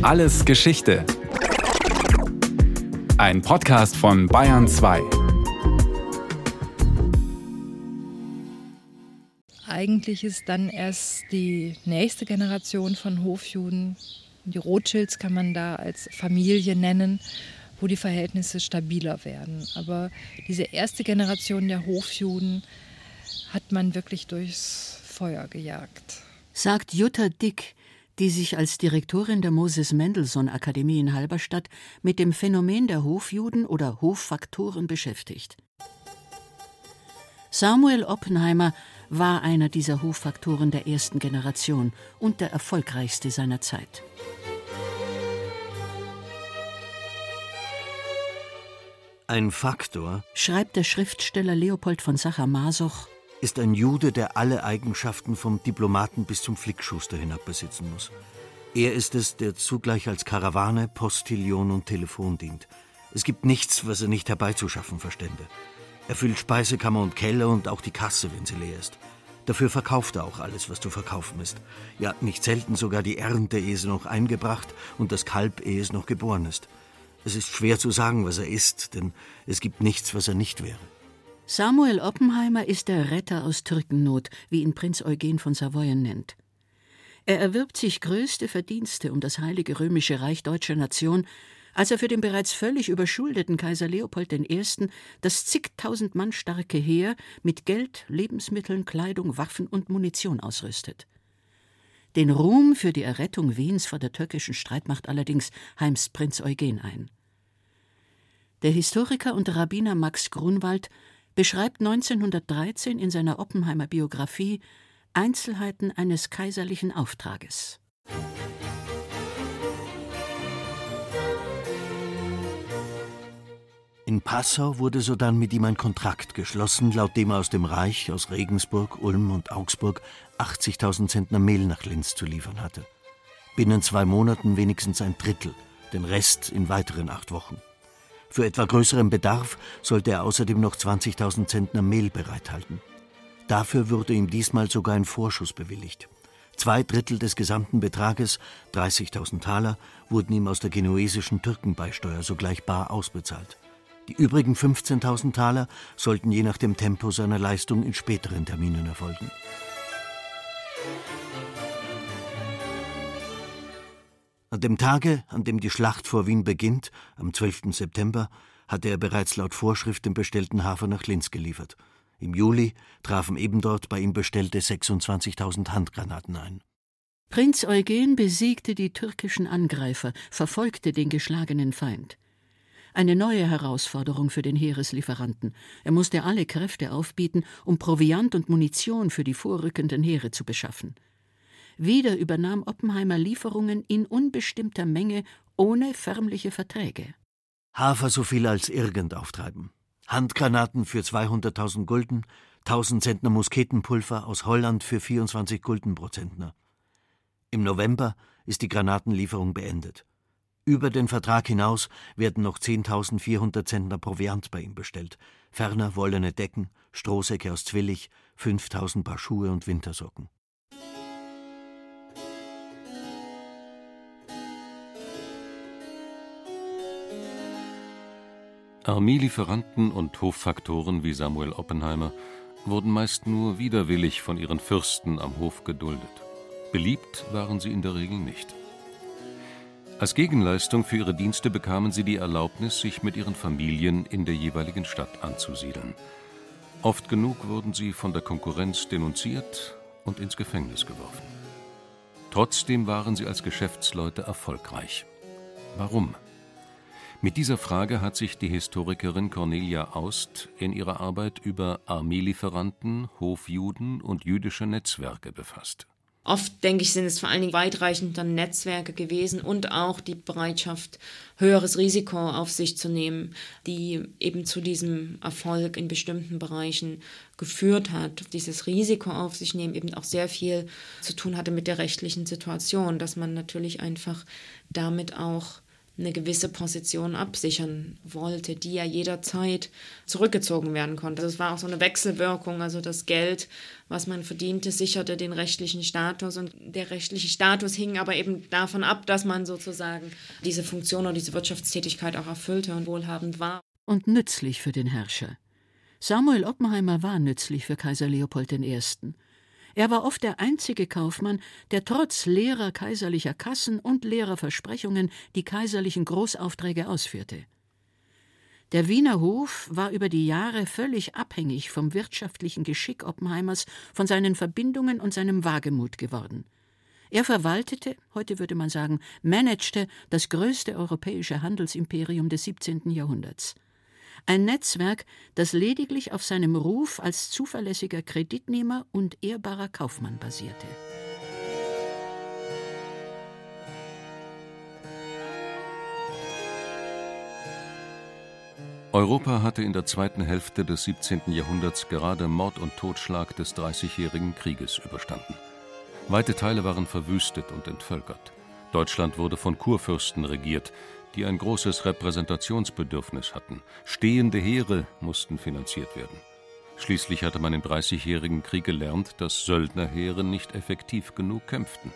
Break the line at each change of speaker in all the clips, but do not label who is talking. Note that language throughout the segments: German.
Alles Geschichte. Ein Podcast von Bayern 2.
Eigentlich ist dann erst die nächste Generation von Hofjuden, die Rothschilds kann man da als Familie nennen, wo die Verhältnisse stabiler werden. Aber diese erste Generation der Hofjuden hat man wirklich durchs Feuer gejagt.
Sagt Jutta Dick, die sich als Direktorin der Moses-Mendelssohn-Akademie in Halberstadt mit dem Phänomen der Hofjuden oder Hoffaktoren beschäftigt. Samuel Oppenheimer war einer dieser Hoffaktoren der ersten Generation und der erfolgreichste seiner Zeit.
Ein Faktor,
schreibt der Schriftsteller Leopold von Sacher-Masoch,
ist ein Jude, der alle Eigenschaften vom Diplomaten bis zum Flickschuster hinab besitzen muss. Er ist es, der zugleich als Karawane, Postillon und Telefon dient. Es gibt nichts, was er nicht herbeizuschaffen verstände. Er füllt Speisekammer und Keller und auch die Kasse, wenn sie leer ist. Dafür verkauft er auch alles, was zu verkaufen ist. Ja, nicht selten sogar die Ernte, ehe sie noch eingebracht, und das Kalb, ehe es noch geboren ist. Es ist schwer zu sagen, was er ist, denn es gibt nichts, was er nicht wäre.
Samuel Oppenheimer ist der Retter aus Türkennot, wie ihn Prinz Eugen von Savoyen nennt. Er erwirbt sich größte Verdienste um das Heilige Römische Reich deutscher Nation, als er für den bereits völlig überschuldeten Kaiser Leopold I. das zigtausend Mann starke Heer mit Geld, Lebensmitteln, Kleidung, Waffen und Munition ausrüstet. Den Ruhm für die Errettung Wiens vor der türkischen Streitmacht allerdings heimst Prinz Eugen ein. Der Historiker und Rabbiner Max Grunwald beschreibt 1913 in seiner Oppenheimer Biografie Einzelheiten eines kaiserlichen Auftrages.
In Passau wurde sodann mit ihm ein Kontrakt geschlossen, laut dem er aus dem Reich, aus Regensburg, Ulm und Augsburg 80.000 Zentner Mehl nach Linz zu liefern hatte. Binnen 2 Monaten wenigstens ein Drittel, den Rest in weiteren 8 Wochen. Für etwa größeren Bedarf sollte er außerdem noch 20.000 Zentner Mehl bereithalten. Dafür wurde ihm diesmal sogar ein Vorschuss bewilligt. 2/3 des gesamten Betrages, 30.000 Taler, wurden ihm aus der genuesischen Türkenbeisteuer sogleich bar ausbezahlt. Die übrigen 15.000 Taler sollten je nach dem Tempo seiner Leistung in späteren Terminen erfolgen. An dem Tage, an dem die Schlacht vor Wien beginnt, am 12. September, hatte er bereits laut Vorschrift den bestellten Hafer nach Linz geliefert. Im Juli trafen eben dort bei ihm bestellte 26.000 Handgranaten ein.
Prinz Eugen besiegte die türkischen Angreifer, verfolgte den geschlagenen Feind. Eine neue Herausforderung für den Heereslieferanten. Er musste alle Kräfte aufbieten, um Proviant und Munition für die vorrückenden Heere zu beschaffen. Wieder übernahm Oppenheimer Lieferungen in unbestimmter Menge ohne förmliche Verträge.
Hafer so viel als irgend auftreiben. Handgranaten für 200.000 Gulden, 1.000 Zentner Musketenpulver aus Holland für 24 Gulden pro Zentner. Im November ist die Granatenlieferung beendet. Über den Vertrag hinaus werden noch 10.400 Zentner Proviant bei ihm bestellt. Ferner wollene Decken, Strohsäcke aus Zwillich, 5.000 Paar Schuhe und Wintersocken.
Armeelieferanten und Hoffaktoren wie Samuel Oppenheimer wurden meist nur widerwillig von ihren Fürsten am Hof geduldet. Beliebt waren sie in der Regel nicht. Als Gegenleistung für ihre Dienste bekamen sie die Erlaubnis, sich mit ihren Familien in der jeweiligen Stadt anzusiedeln. Oft genug wurden sie von der Konkurrenz denunziert und ins Gefängnis geworfen. Trotzdem waren sie als Geschäftsleute erfolgreich. Warum? Mit dieser Frage hat sich die Historikerin Cornelia Aust in ihrer Arbeit über Armeelieferanten, Hofjuden und jüdische Netzwerke befasst.
Oft, denke ich, sind es vor allen Dingen weitreichende Netzwerke gewesen und auch die Bereitschaft, höheres Risiko auf sich zu nehmen, die eben zu diesem Erfolg in bestimmten Bereichen geführt hat. Dieses Risiko auf sich nehmen eben auch sehr viel zu tun hatte mit der rechtlichen Situation, dass man natürlich einfach damit auch eine gewisse Position absichern wollte, die ja jederzeit zurückgezogen werden konnte. Das war auch so eine Wechselwirkung, also das Geld, was man verdiente, sicherte den rechtlichen Status und der rechtliche Status hing aber eben davon ab, dass man sozusagen diese Funktion oder diese Wirtschaftstätigkeit auch erfüllte und wohlhabend war.
Und nützlich für den Herrscher. Samuel Oppenheimer war nützlich für Kaiser Leopold I. Er war oft der einzige Kaufmann, der trotz leerer kaiserlicher Kassen und leerer Versprechungen die kaiserlichen Großaufträge ausführte. Der Wiener Hof war über die Jahre völlig abhängig vom wirtschaftlichen Geschick Oppenheimers, von seinen Verbindungen und seinem Wagemut geworden. Er verwaltete, heute würde man sagen, managte das größte europäische Handelsimperium des 17. Jahrhunderts. Ein Netzwerk, das lediglich auf seinem Ruf als zuverlässiger Kreditnehmer und ehrbarer Kaufmann basierte.
Europa hatte in der zweiten Hälfte des 17. Jahrhunderts gerade Mord und Totschlag des Dreißigjährigen Krieges überstanden. Weite Teile waren verwüstet und entvölkert. Deutschland wurde von Kurfürsten regiert, die ein großes Repräsentationsbedürfnis hatten. Stehende Heere mussten finanziert werden. Schließlich hatte man im Dreißigjährigen Krieg gelernt, dass Söldnerheere nicht effektiv genug kämpften.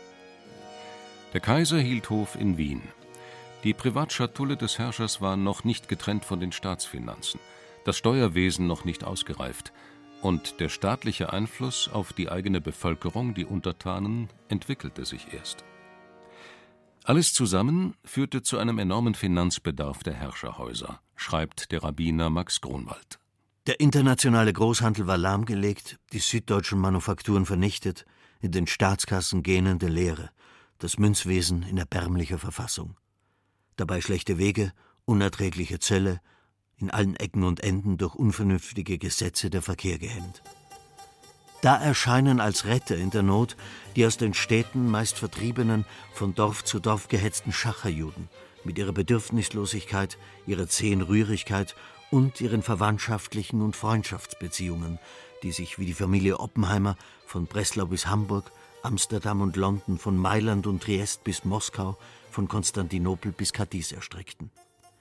Der Kaiser hielt Hof in Wien. Die Privatschatulle des Herrschers war noch nicht getrennt von den Staatsfinanzen, das Steuerwesen noch nicht ausgereift und der staatliche Einfluss auf die eigene Bevölkerung, die Untertanen, entwickelte sich erst. Alles zusammen führte zu einem enormen Finanzbedarf der Herrscherhäuser, schreibt der Rabbiner Max Grunwald.
Der internationale Großhandel war lahmgelegt, die süddeutschen Manufakturen vernichtet, in den Staatskassen gähnende Leere, das Münzwesen in erbärmlicher Verfassung. Dabei schlechte Wege, unerträgliche Zölle, in allen Ecken und Enden durch unvernünftige Gesetze der Verkehr gehemmt. Da erscheinen als Retter in der Not die aus den Städten meist vertriebenen, von Dorf zu Dorf gehetzten Schacherjuden mit ihrer Bedürfnislosigkeit, ihrer zähen Rührigkeit und ihren verwandtschaftlichen und Freundschaftsbeziehungen, die sich wie die Familie Oppenheimer von Breslau bis Hamburg, Amsterdam und London, von Mailand und Triest bis Moskau, von Konstantinopel bis Cadiz erstreckten.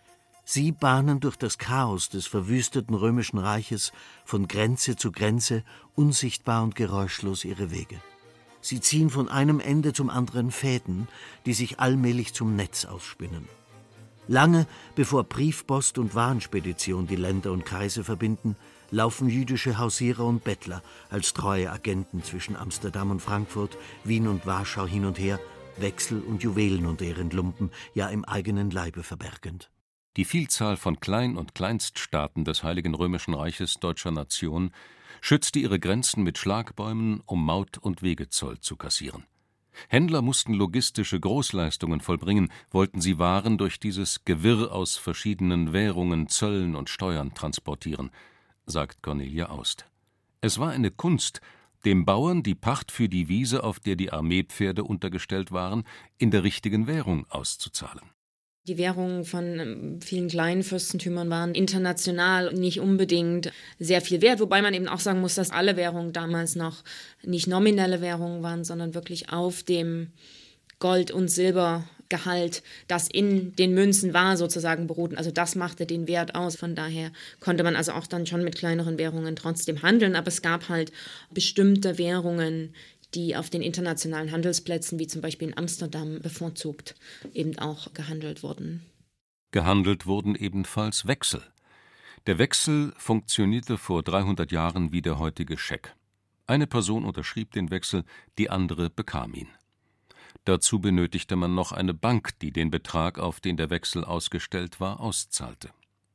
Sie bahnen durch das Chaos des verwüsteten Römischen Reiches von Grenze zu Grenze unsichtbar und geräuschlos ihre Wege. Sie ziehen von einem Ende zum anderen Fäden, die sich allmählich zum Netz ausspinnen. Lange bevor Briefpost und Warenspedition die Länder und Kreise verbinden, laufen jüdische Hausierer und Bettler als treue Agenten zwischen Amsterdam und Frankfurt, Wien und Warschau hin und her, Wechsel und Juwelen unter ihren Lumpen, ja im eigenen Leibe verbergend.
Die Vielzahl von Klein- und Kleinststaaten des Heiligen Römischen Reiches deutscher Nation schützte ihre Grenzen mit Schlagbäumen, um Maut- und Wegezoll zu kassieren. Händler mussten logistische Großleistungen vollbringen, wollten sie Waren durch dieses Gewirr aus verschiedenen Währungen, Zöllen und Steuern transportieren, sagt Cornelia Aust. Es war eine Kunst, dem Bauern die Pacht für die Wiese, auf der die Armeepferde untergestellt waren, in der richtigen Währung auszuzahlen.
Die Währungen von vielen kleinen Fürstentümern waren international nicht unbedingt sehr viel wert, wobei man eben auch sagen muss, dass alle Währungen damals noch nicht nominelle Währungen waren, sondern wirklich auf dem Gold- und Silbergehalt, das in den Münzen war, sozusagen beruhten. Also das machte den Wert aus. Von daher konnte man also auch dann schon mit kleineren Währungen trotzdem handeln, aber es gab halt bestimmte Währungen, die auf den internationalen Handelsplätzen, wie zum Beispiel in Amsterdam, bevorzugt eben auch gehandelt wurden.
Gehandelt wurden ebenfalls Wechsel. Der Wechsel funktionierte vor 300 Jahren wie der heutige Scheck. Eine Person unterschrieb den Wechsel, die andere bekam ihn. Dazu benötigte man noch eine Bank, die den Betrag, auf den der Wechsel ausgestellt war, auszahlte.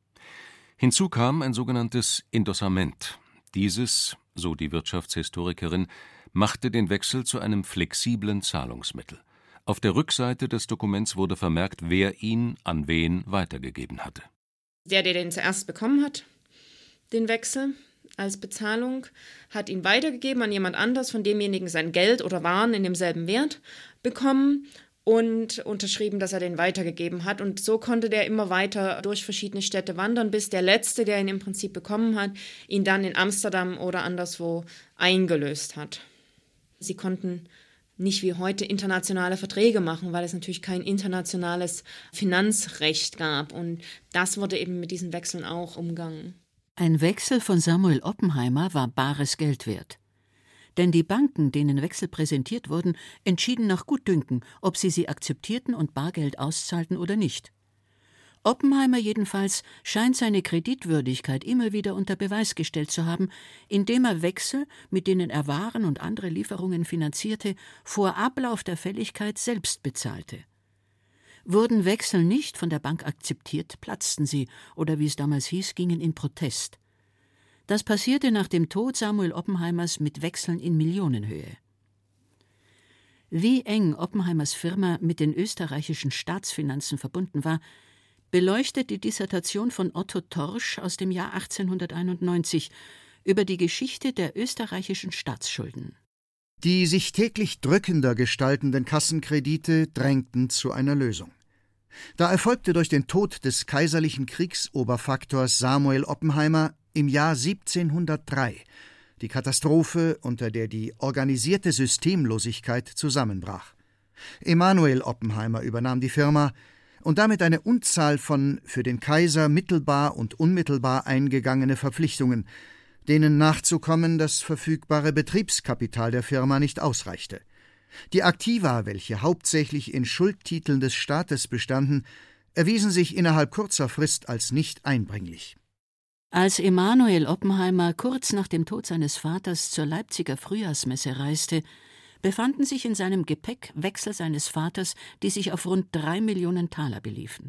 Hinzu kam ein sogenanntes Indossament. Dieses, so die Wirtschaftshistorikerin, machte den Wechsel zu einem flexiblen Zahlungsmittel. Auf der Rückseite des Dokuments wurde vermerkt, wer ihn an wen weitergegeben hatte.
Der den zuerst bekommen hat, den Wechsel als Bezahlung, hat ihn weitergegeben an jemand anders, von demjenigen sein Geld oder Waren in demselben Wert bekommen und unterschrieben, dass er den weitergegeben hat. Und so konnte der immer weiter durch verschiedene Städte wandern, bis der Letzte, der ihn im Prinzip bekommen hat, ihn dann in Amsterdam oder anderswo eingelöst hat. Sie konnten nicht wie heute internationale Verträge machen, weil es natürlich kein internationales Finanzrecht gab. Und das wurde eben mit diesen Wechseln auch umgangen.
Ein Wechsel von Samuel Oppenheimer war bares Geld wert. Denn die Banken, denen Wechsel präsentiert wurden, entschieden nach Gutdünken, ob sie akzeptierten und Bargeld auszahlten oder nicht. Oppenheimer jedenfalls scheint seine Kreditwürdigkeit immer wieder unter Beweis gestellt zu haben, indem er Wechsel, mit denen er Waren und andere Lieferungen finanzierte, vor Ablauf der Fälligkeit selbst bezahlte. Wurden Wechsel nicht von der Bank akzeptiert, platzten sie oder, wie es damals hieß, gingen in Protest. Das passierte nach dem Tod Samuel Oppenheimers mit Wechseln in Millionenhöhe. Wie eng Oppenheimers Firma mit den österreichischen Staatsfinanzen verbunden war, beleuchtet die Dissertation von Otto Torsch aus dem Jahr 1891 über die Geschichte der österreichischen Staatsschulden.
Die sich täglich drückender gestaltenden Kassenkredite drängten zu einer Lösung. Da erfolgte durch den Tod des kaiserlichen Kriegsoberfaktors Samuel Oppenheimer im Jahr 1703 die Katastrophe, unter der die organisierte Systemlosigkeit zusammenbrach. Emanuel Oppenheimer übernahm die Firma und damit eine Unzahl von für den Kaiser mittelbar und unmittelbar eingegangene Verpflichtungen, denen nachzukommen das verfügbare Betriebskapital der Firma nicht ausreichte. Die Aktiva, welche hauptsächlich in Schuldtiteln des Staates bestanden, erwiesen sich innerhalb kurzer Frist als nicht einbringlich.
Als Emanuel Oppenheimer kurz nach dem Tod seines Vaters zur Leipziger Frühjahrsmesse reiste, befanden sich in seinem Gepäck Wechsel seines Vaters, die sich auf rund 3 Millionen Taler beliefen.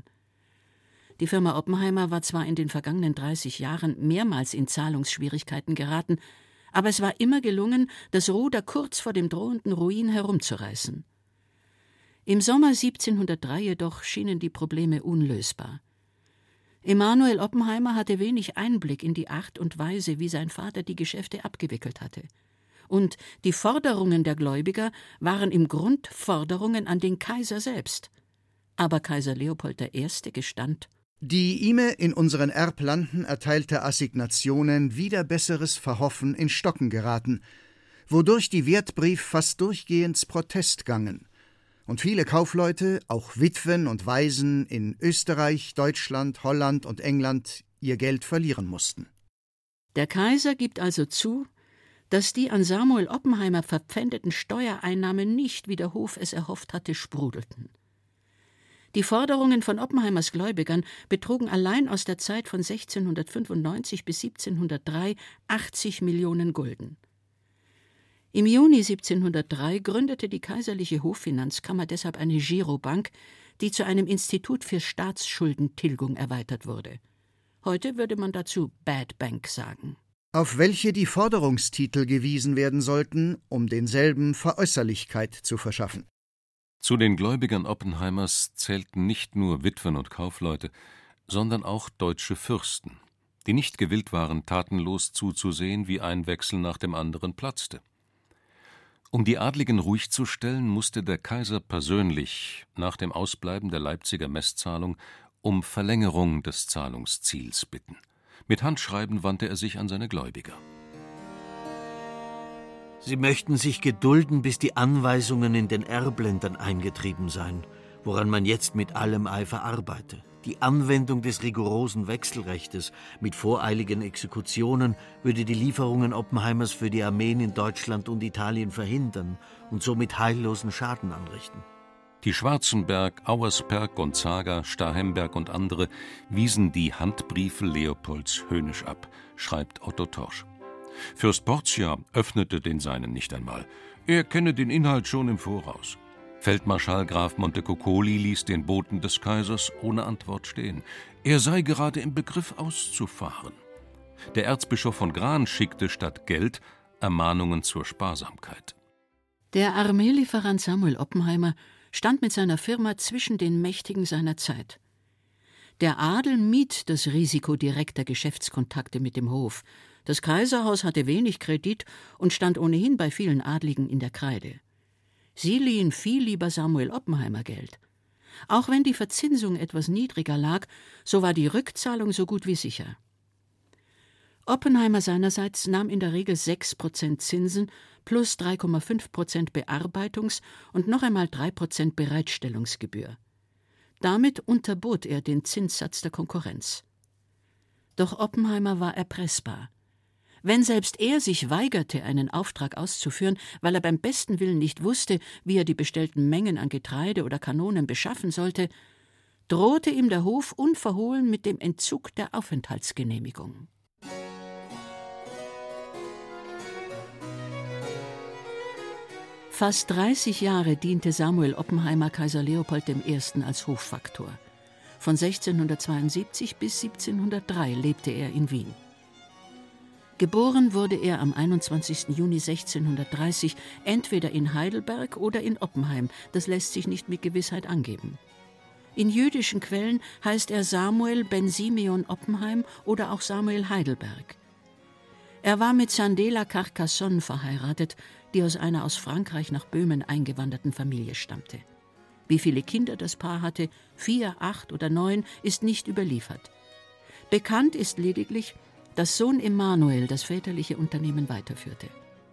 Die Firma Oppenheimer war zwar in den vergangenen 30 Jahren mehrmals in Zahlungsschwierigkeiten geraten, aber es war immer gelungen, das Ruder kurz vor dem drohenden Ruin herumzureißen. Im Sommer 1703 jedoch schienen die Probleme unlösbar. Emanuel Oppenheimer hatte wenig Einblick in die Art und Weise, wie sein Vater die Geschäfte abgewickelt hatte. Und die Forderungen der Gläubiger waren im Grund Forderungen an den Kaiser selbst. Aber Kaiser Leopold I. gestand:
Die ihm in unseren Erblanden erteilte Assignationen wider besseres Verhoffen in Stocken geraten, wodurch die Wertbrief fast durchgehends Protest gangen und viele Kaufleute, auch Witwen und Waisen in Österreich, Deutschland, Holland und England ihr Geld verlieren mussten.
Der Kaiser gibt also zu, dass die an Samuel Oppenheimer verpfändeten Steuereinnahmen nicht, wie der Hof es erhofft hatte, sprudelten. Die Forderungen von Oppenheimers Gläubigern betrugen allein aus der Zeit von 1695 bis 1703 80 Millionen Gulden. Im Juni 1703 gründete die kaiserliche Hoffinanzkammer deshalb eine Girobank, die zu einem Institut für Staatsschuldentilgung erweitert wurde. Heute würde man dazu Bad Bank sagen.
Auf welche die Forderungstitel gewiesen werden sollten, um denselben Veräußerlichkeit zu verschaffen.
Zu den Gläubigern Oppenheimers zählten nicht nur Witwen und Kaufleute, sondern auch deutsche Fürsten, die nicht gewillt waren, tatenlos zuzusehen, wie ein Wechsel nach dem anderen platzte. Um die Adligen ruhig zu stellen, musste der Kaiser persönlich nach dem Ausbleiben der Leipziger Messzahlung um Verlängerung des Zahlungsziels bitten. Mit Handschreiben wandte er sich an seine Gläubiger.
Sie möchten sich gedulden, bis die Anweisungen in den Erbländern eingetrieben seien, woran man jetzt mit allem Eifer arbeite. Die Anwendung des rigorosen Wechselrechtes mit voreiligen Exekutionen würde die Lieferungen Oppenheimers für die Armeen in Deutschland und Italien verhindern und somit heillosen Schaden anrichten.
Die Schwarzenberg, Auersperg, Gonzaga, Starhemberg und andere wiesen die Handbriefe Leopolds höhnisch ab, schreibt Otto Torsch. Fürst Portia öffnete den seinen nicht einmal. Er kenne den Inhalt schon im Voraus. Feldmarschall Graf Montecuccoli ließ den Boten des Kaisers ohne Antwort stehen. Er sei gerade im Begriff auszufahren. Der Erzbischof von Gran schickte statt Geld Ermahnungen zur Sparsamkeit.
Der Armeelieferant Samuel Oppenheimer stand mit seiner Firma zwischen den Mächtigen seiner Zeit. Der Adel mied das Risiko direkter Geschäftskontakte mit dem Hof. Das Kaiserhaus hatte wenig Kredit und stand ohnehin bei vielen Adligen in der Kreide. Sie liehen viel lieber Samuel Oppenheimer Geld. Auch wenn die Verzinsung etwas niedriger lag, so war die Rückzahlung so gut wie sicher. Oppenheimer seinerseits nahm in der Regel 6% Zinsen plus 3,5% Bearbeitungs- und noch einmal 3% Bereitstellungsgebühr. Damit unterbot er den Zinssatz der Konkurrenz. Doch Oppenheimer war erpressbar. Wenn selbst er sich weigerte, einen Auftrag auszuführen, weil er beim besten Willen nicht wusste, wie er die bestellten Mengen an Getreide oder Kanonen beschaffen sollte, drohte ihm der Hof unverhohlen mit dem Entzug der Aufenthaltsgenehmigung. Fast 30 Jahre diente Samuel Oppenheimer Kaiser Leopold I. als Hoffaktor. Von 1672 bis 1703 lebte er in Wien. Geboren wurde er am 21. Juni 1630 entweder in Heidelberg oder in Oppenheim, das lässt sich nicht mit Gewissheit angeben. In jüdischen Quellen heißt er Samuel ben Simeon Oppenheim oder auch Samuel Heidelberg. Er war mit Sandela Carcassonne verheiratet, die aus einer aus Frankreich nach Böhmen eingewanderten Familie stammte. Wie viele Kinder das Paar hatte, 4, 8 oder 9, ist nicht überliefert. Bekannt ist lediglich, dass Sohn Emanuel das väterliche Unternehmen weiterführte.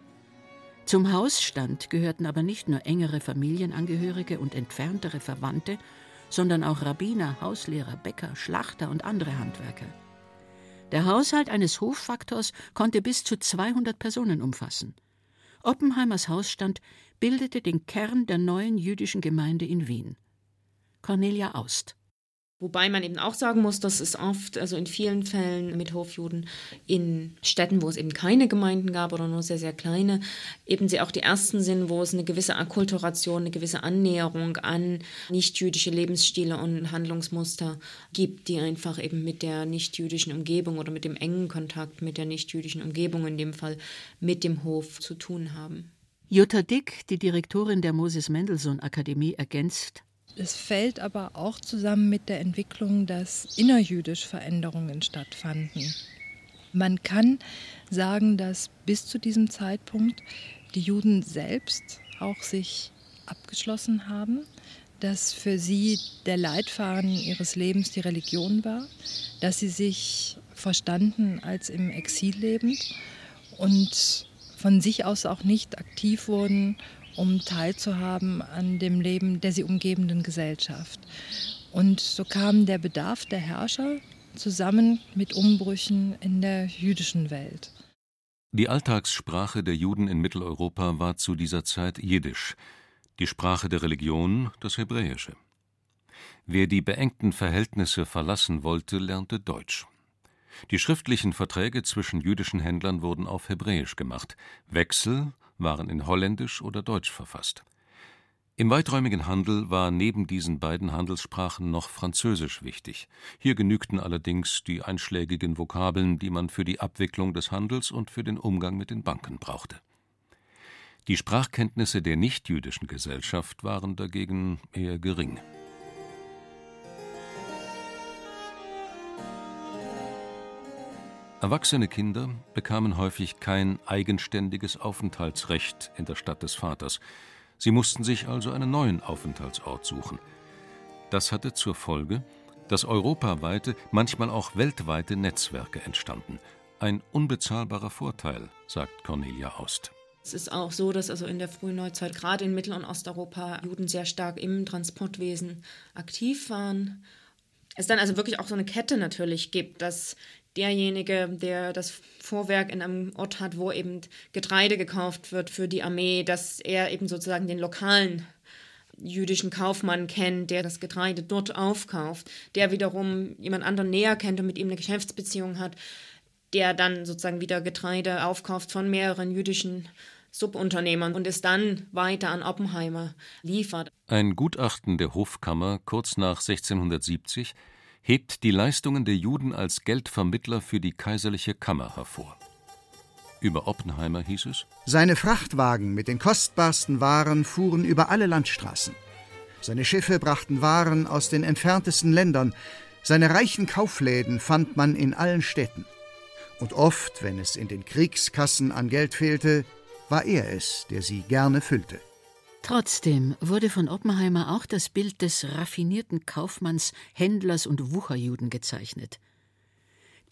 Zum Hausstand gehörten aber nicht nur engere Familienangehörige und entferntere Verwandte, sondern auch Rabbiner, Hauslehrer, Bäcker, Schlachter und andere Handwerker. Der Haushalt eines Hoffaktors konnte bis zu 200 Personen umfassen. Oppenheimers Hausstand bildete den Kern der neuen jüdischen Gemeinde in Wien. Cornelia Aust.
Wobei man eben auch sagen muss, dass es oft, also in vielen Fällen mit Hofjuden in Städten, wo es eben keine Gemeinden gab oder nur sehr, sehr kleine, eben sie auch die ersten sind, wo es eine gewisse Akkulturation, eine gewisse Annäherung an nichtjüdische Lebensstile und Handlungsmuster gibt, die einfach eben mit der nichtjüdischen Umgebung oder mit dem engen Kontakt mit der nichtjüdischen Umgebung, in dem Fall mit dem Hof, zu tun haben.
Jutta Dick, die Direktorin der Moses-Mendelssohn-Akademie, ergänzt:
Es fällt aber auch zusammen mit der Entwicklung, dass innerjüdisch Veränderungen stattfanden. Man kann sagen, dass bis zu diesem Zeitpunkt die Juden selbst auch sich abgeschlossen haben, dass für sie der Leitfaden ihres Lebens die Religion war, dass sie sich verstanden als im Exil lebend und von sich aus auch nicht aktiv wurden, um teilzuhaben an dem Leben der sie umgebenden Gesellschaft. Und so kam der Bedarf der Herrscher zusammen mit Umbrüchen in der jüdischen Welt.
Die Alltagssprache der Juden in Mitteleuropa war zu dieser Zeit Jiddisch, die Sprache der Religion das Hebräische. Wer die beengten Verhältnisse verlassen wollte, lernte Deutsch. Die schriftlichen Verträge zwischen jüdischen Händlern wurden auf Hebräisch gemacht, Wechsel waren in Holländisch oder Deutsch verfasst. Im weiträumigen Handel war neben diesen beiden Handelssprachen noch Französisch wichtig. Hier genügten allerdings die einschlägigen Vokabeln, die man für die Abwicklung des Handels und für den Umgang mit den Banken brauchte. Die Sprachkenntnisse der nichtjüdischen Gesellschaft waren dagegen eher gering. Erwachsene Kinder bekamen häufig kein eigenständiges Aufenthaltsrecht in der Stadt des Vaters. Sie mussten sich also einen neuen Aufenthaltsort suchen. Das hatte zur Folge, dass europaweite, manchmal auch weltweite Netzwerke entstanden. Ein unbezahlbarer Vorteil, sagt Cornelia Aust.
Es ist auch so, dass also in der frühen Neuzeit, gerade in Mittel- und Osteuropa, Juden sehr stark im Transportwesen aktiv waren. Es dann also wirklich auch so eine Kette natürlich gibt, dass derjenige, der das Vorwerk in einem Ort hat, wo eben Getreide gekauft wird für die Armee, dass er eben sozusagen den lokalen jüdischen Kaufmann kennt, der das Getreide dort aufkauft, der wiederum jemand anderen näher kennt und mit ihm eine Geschäftsbeziehung hat, der dann sozusagen wieder Getreide aufkauft von mehreren jüdischen Subunternehmern und es dann weiter an Oppenheimer liefert.
Ein Gutachten der Hofkammer kurz nach 1670 hebt die Leistungen der Juden als Geldvermittler für die kaiserliche Kammer hervor. Über Oppenheimer hieß es:
Seine Frachtwagen mit den kostbarsten Waren fuhren über alle Landstraßen. Seine Schiffe brachten Waren aus den entferntesten Ländern. Seine reichen Kaufläden fand man in allen Städten. Und oft, wenn es in den Kriegskassen an Geld fehlte, war er es, der sie gerne füllte.
Trotzdem wurde von Oppenheimer auch das Bild des raffinierten Kaufmanns, Händlers und Wucherjuden gezeichnet.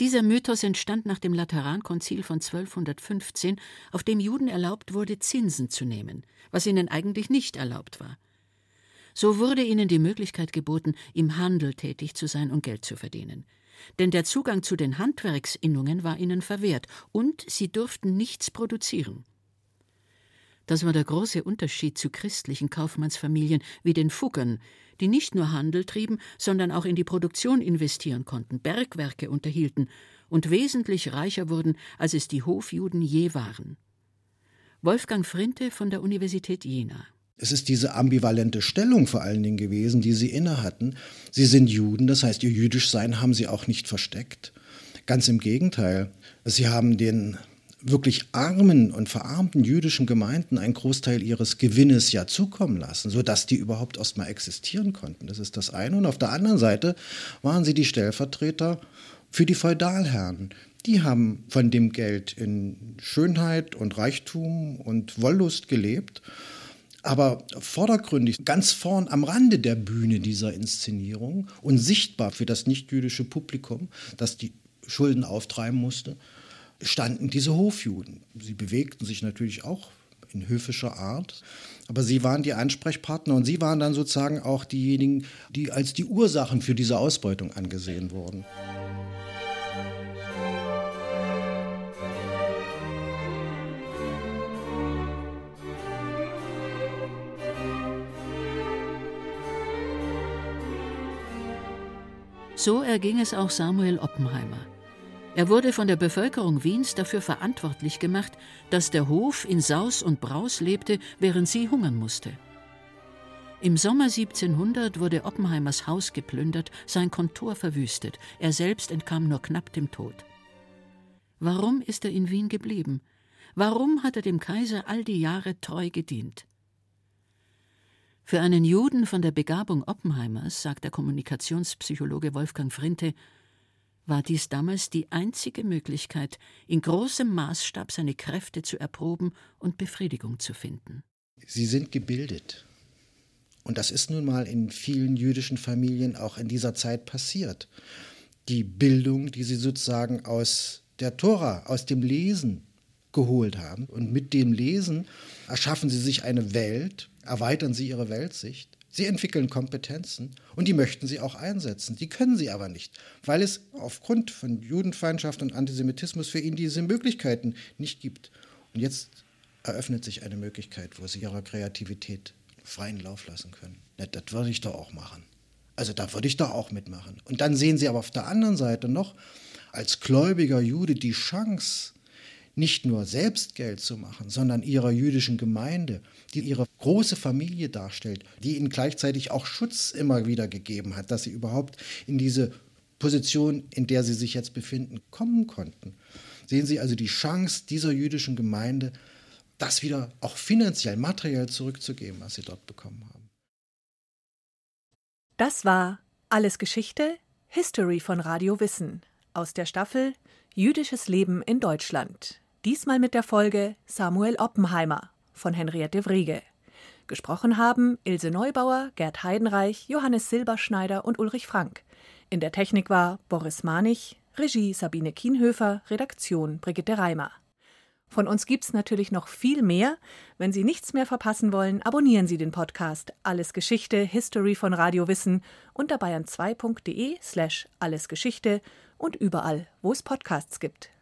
Dieser Mythos entstand nach dem Laterankonzil von 1215, auf dem Juden erlaubt wurde, Zinsen zu nehmen, was ihnen eigentlich nicht erlaubt war. So wurde ihnen die Möglichkeit geboten, im Handel tätig zu sein und Geld zu verdienen. Denn der Zugang zu den Handwerksinnungen war ihnen verwehrt und sie durften nichts produzieren. Das war der große Unterschied zu christlichen Kaufmannsfamilien wie den Fuggern, die nicht nur Handel trieben, sondern auch in die Produktion investieren konnten, Bergwerke unterhielten und wesentlich reicher wurden, als es die Hofjuden je waren. Wolfgang Frinte von der Universität Jena.
Es ist diese ambivalente Stellung vor allen Dingen gewesen, die sie innehatten. Sie sind Juden, das heißt, ihr Jüdischsein haben sie auch nicht versteckt. Ganz im Gegenteil. Sie haben den wirklich armen und verarmten jüdischen Gemeinden einen Großteil ihres Gewinnes ja zukommen lassen, sodass die überhaupt erst mal existieren konnten. Das ist das eine. Und auf der anderen Seite waren sie die Stellvertreter für die Feudalherren. Die haben von dem Geld in Schönheit und Reichtum und Wollust gelebt. Aber vordergründig, ganz vorn am Rande der Bühne dieser Inszenierung und sichtbar für das nichtjüdische Publikum, das die Schulden auftreiben musste, standen diese Hofjuden. Sie bewegten sich natürlich auch in höfischer Art, aber sie waren die Ansprechpartner und sie waren dann sozusagen auch diejenigen, die als die Ursachen für diese Ausbeutung angesehen wurden.
So erging es auch Samuel Oppenheimer. Er wurde von der Bevölkerung Wiens dafür verantwortlich gemacht, dass der Hof in Saus und Braus lebte, während sie hungern musste. Im Sommer 1700 wurde Oppenheimers Haus geplündert, sein Kontor verwüstet, er selbst entkam nur knapp dem Tod. Warum ist er in Wien geblieben? Warum hat er dem Kaiser all die Jahre treu gedient? Für einen Juden von der Begabung Oppenheimers, sagt der Kommunikationspsychologe Wolfgang Frinte, war dies damals die einzige Möglichkeit, in großem Maßstab seine Kräfte zu erproben und Befriedigung zu finden.
Sie sind gebildet. Und das ist nun mal in vielen jüdischen Familien auch in dieser Zeit passiert. Die Bildung, die sie sozusagen aus der Tora, aus dem Lesen geholt haben. Und mit dem Lesen erschaffen sie sich eine Welt, erweitern sie ihre Weltsicht. Sie entwickeln Kompetenzen und die möchten sie auch einsetzen. Die können sie aber nicht, weil es aufgrund von Judenfeindschaft und Antisemitismus für ihn diese Möglichkeiten nicht gibt. Und jetzt eröffnet sich eine Möglichkeit, wo sie ihrer Kreativität freien Lauf lassen können. Ja, das würde ich doch auch machen. Also da würde ich doch auch mitmachen. Und dann sehen sie aber auf der anderen Seite noch als gläubiger Jude die Chance, nicht nur selbst Geld zu machen, sondern ihrer jüdischen Gemeinde, die ihre große Familie darstellt, die ihnen gleichzeitig auch Schutz immer wieder gegeben hat, dass sie überhaupt in diese Position, in der sie sich jetzt befinden, kommen konnten. Sehen Sie also die Chance dieser jüdischen Gemeinde, das wieder auch finanziell, materiell zurückzugeben, was sie dort bekommen haben.
Das war Alles Geschichte, History von Radio Wissen aus der Staffel Jüdisches Leben in Deutschland. Diesmal mit der Folge Samuel Oppenheimer von Henriette Wrege. Gesprochen haben Ilse Neubauer, Gerd Heidenreich, Johannes Silberschneider und Ulrich Frank. In der Technik war Boris Manich, Regie Sabine Kienhöfer, Redaktion Brigitte Reimer. Von uns gibt's natürlich noch viel mehr. Wenn Sie nichts mehr verpassen wollen, abonnieren Sie den Podcast Alles Geschichte, History von Radio Wissen unter bayern2.de/allesgeschichte und überall, wo es Podcasts gibt.